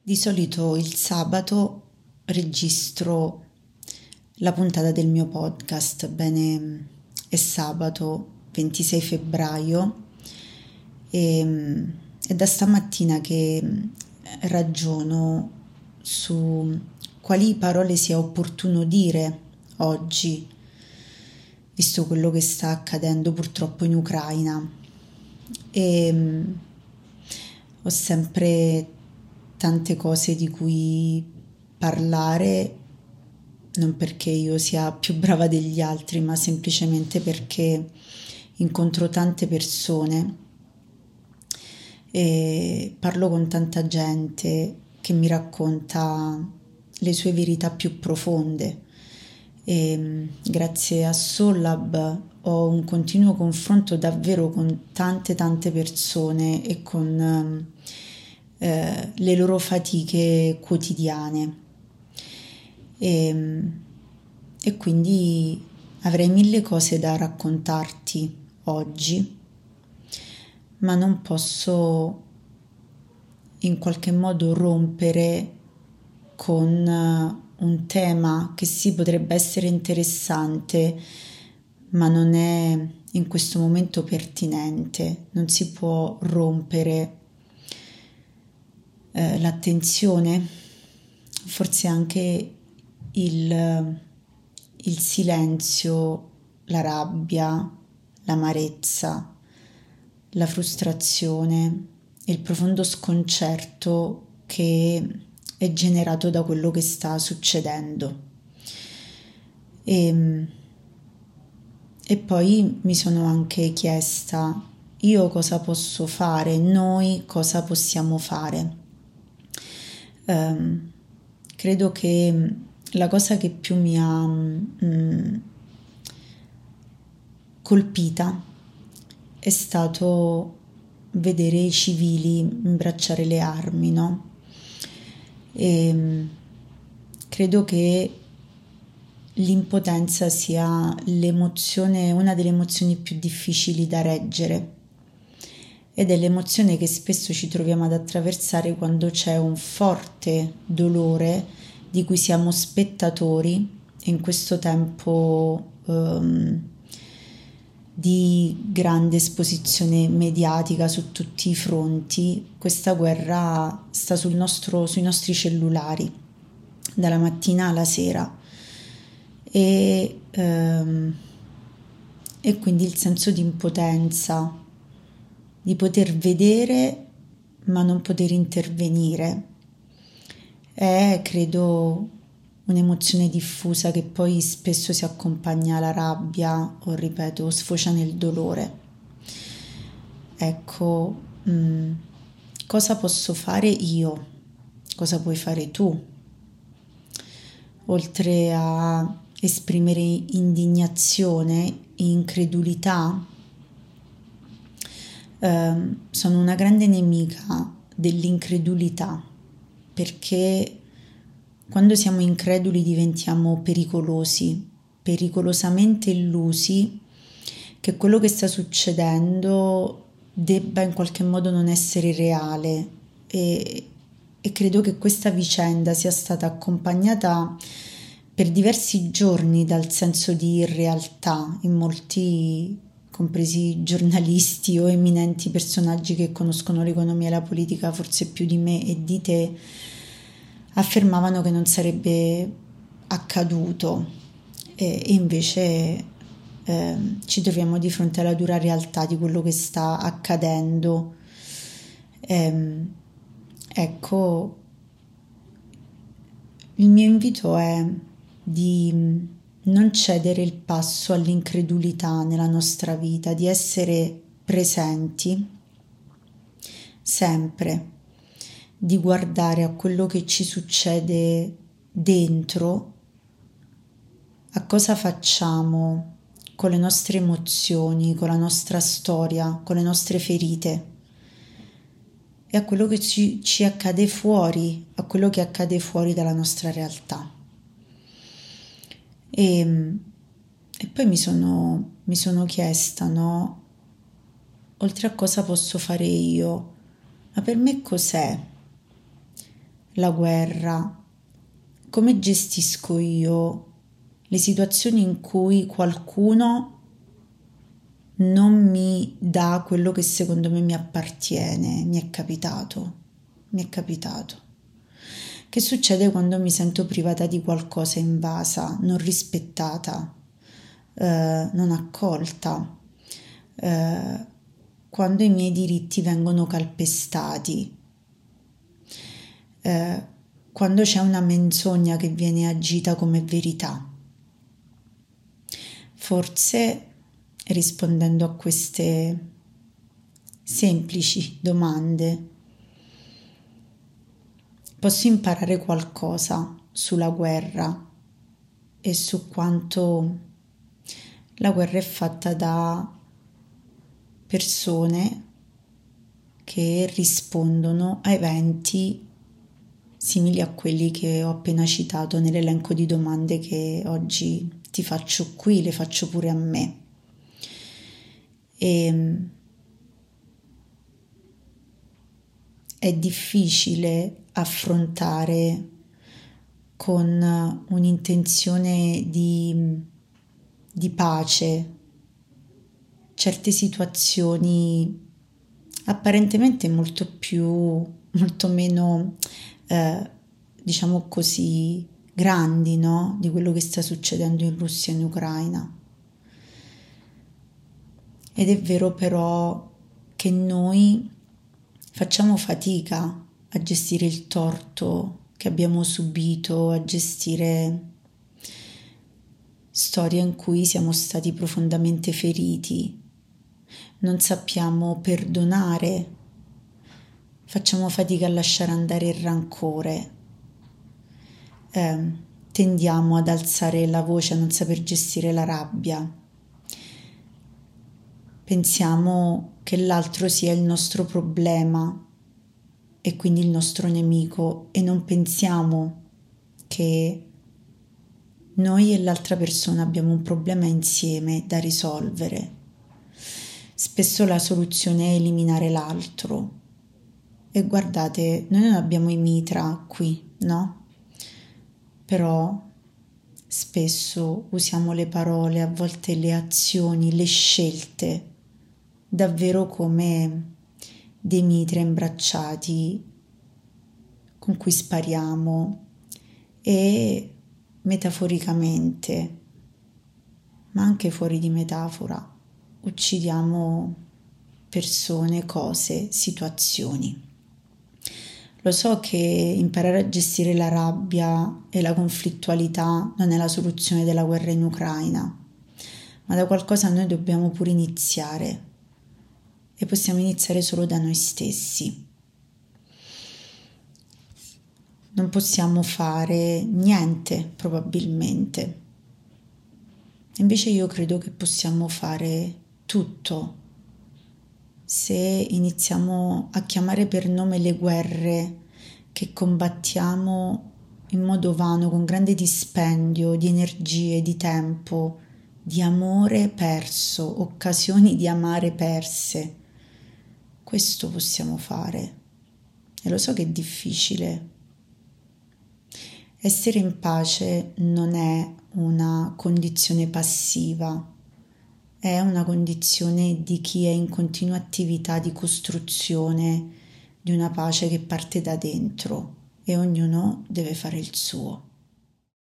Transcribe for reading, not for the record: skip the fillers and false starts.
Di solito il sabato registro la puntata del mio podcast. Bene, è sabato 26 febbraio è da stamattina che ragiono su quali parole sia opportuno dire oggi, visto quello che sta accadendo purtroppo in Ucraina. Ho sempre tante cose di cui parlare, non perché io sia più brava degli altri, ma semplicemente perché incontro tante persone e parlo con tanta gente che mi racconta le sue verità più profonde. Grazie a Sollab ho un continuo confronto davvero con tante persone e con le loro fatiche quotidiane e, e quindi avrei mille cose da raccontarti oggi, ma non posso in qualche modo rompere con un tema che sì potrebbe essere interessante, ma non è in questo momento pertinente. Non si può rompere l'attenzione, forse anche il silenzio, la rabbia, l'amarezza, la frustrazione, il profondo sconcerto che è generato da quello che sta succedendo. E poi mi sono anche chiesta, io cosa posso fare, noi cosa possiamo fare. Credo che la cosa che più mi ha colpita è stato vedere i civili imbracciare le armi, no? E credo che l'impotenza sia l'emozione, una delle emozioni più difficili da reggere, ed è l'emozione che spesso ci troviamo ad attraversare quando c'è un forte dolore di cui siamo spettatori in questo tempo di grande esposizione mediatica su tutti i fronti. Questa guerra sta sui nostri cellulari dalla mattina alla sera e quindi il senso di impotenza, di poter vedere ma non poter intervenire, è credo un'emozione diffusa che poi spesso si accompagna alla rabbia o, ripeto, sfocia nel dolore. Ecco, cosa posso fare io? Cosa puoi fare tu? Oltre a esprimere indignazione e incredulità, sono una grande nemica dell'incredulità, perché quando siamo increduli diventiamo pericolosi, pericolosamente illusi che quello che sta succedendo debba in qualche modo non essere reale, e credo che questa vicenda sia stata accompagnata per diversi giorni dal senso di irrealtà in molti, compresi giornalisti o eminenti personaggi che conoscono l'economia e la politica forse più di me e di te, affermavano che non sarebbe accaduto, e invece ci troviamo di fronte alla dura realtà di quello che sta accadendo. Ecco, il mio invito è di non cedere il passo all'incredulità nella nostra vita, di essere presenti sempre, di guardare a quello che ci succede dentro, a cosa facciamo con le nostre emozioni, con la nostra storia, con le nostre ferite, e a quello che ci accade fuori, a quello che accade fuori dalla nostra realtà. E poi mi sono chiesta, no? Oltre a cosa posso fare io, ma per me cos'è la guerra, come gestisco io le situazioni in cui qualcuno non mi dà quello che secondo me mi appartiene. Mi è capitato. Che succede quando mi sento privata di qualcosa, invasa, non rispettata, non accolta, quando i miei diritti vengono calpestati, quando c'è una menzogna che viene agita come verità. Forse, rispondendo a queste semplici domande, posso imparare qualcosa sulla guerra e su quanto la guerra è fatta da persone che rispondono a eventi simili a quelli che ho appena citato nell'elenco di domande che oggi ti faccio qui, le faccio pure a me. È difficile affrontare con un'intenzione di pace certe situazioni apparentemente molto meno, diciamo così, grandi, no? Di quello che sta succedendo in Russia e in Ucraina. Ed è vero però che noi facciamo fatica a gestire il torto che abbiamo subito, a gestire storie in cui siamo stati profondamente feriti. Non sappiamo perdonare, facciamo fatica a lasciare andare il rancore, tendiamo ad alzare la voce, a non saper gestire la rabbia. Pensiamo che l'altro sia il nostro problema e quindi il nostro nemico, e non pensiamo che noi e l'altra persona abbiamo un problema insieme da risolvere. Spesso la soluzione è eliminare l'altro. E guardate, noi non abbiamo i mitra qui, no? Però spesso usiamo le parole, a volte le azioni, le scelte, davvero come dei mitra imbracciati con cui spariamo e metaforicamente, ma anche fuori di metafora, uccidiamo persone, cose, situazioni. Lo so che imparare a gestire la rabbia e la conflittualità non è la soluzione della guerra in Ucraina, ma da qualcosa noi dobbiamo pure iniziare, e possiamo iniziare solo da noi stessi. Non possiamo fare niente, probabilmente. Invece io credo che possiamo fare tutto se iniziamo a chiamare per nome le guerre che combattiamo in modo vano, con grande dispendio di energie, di tempo, di amore perso, occasioni di amare perse. Questo possiamo fare, e lo so che è difficile. Essere in pace non è una condizione passiva, è una condizione di chi è in continua attività di costruzione di una pace che parte da dentro, e ognuno deve fare il suo.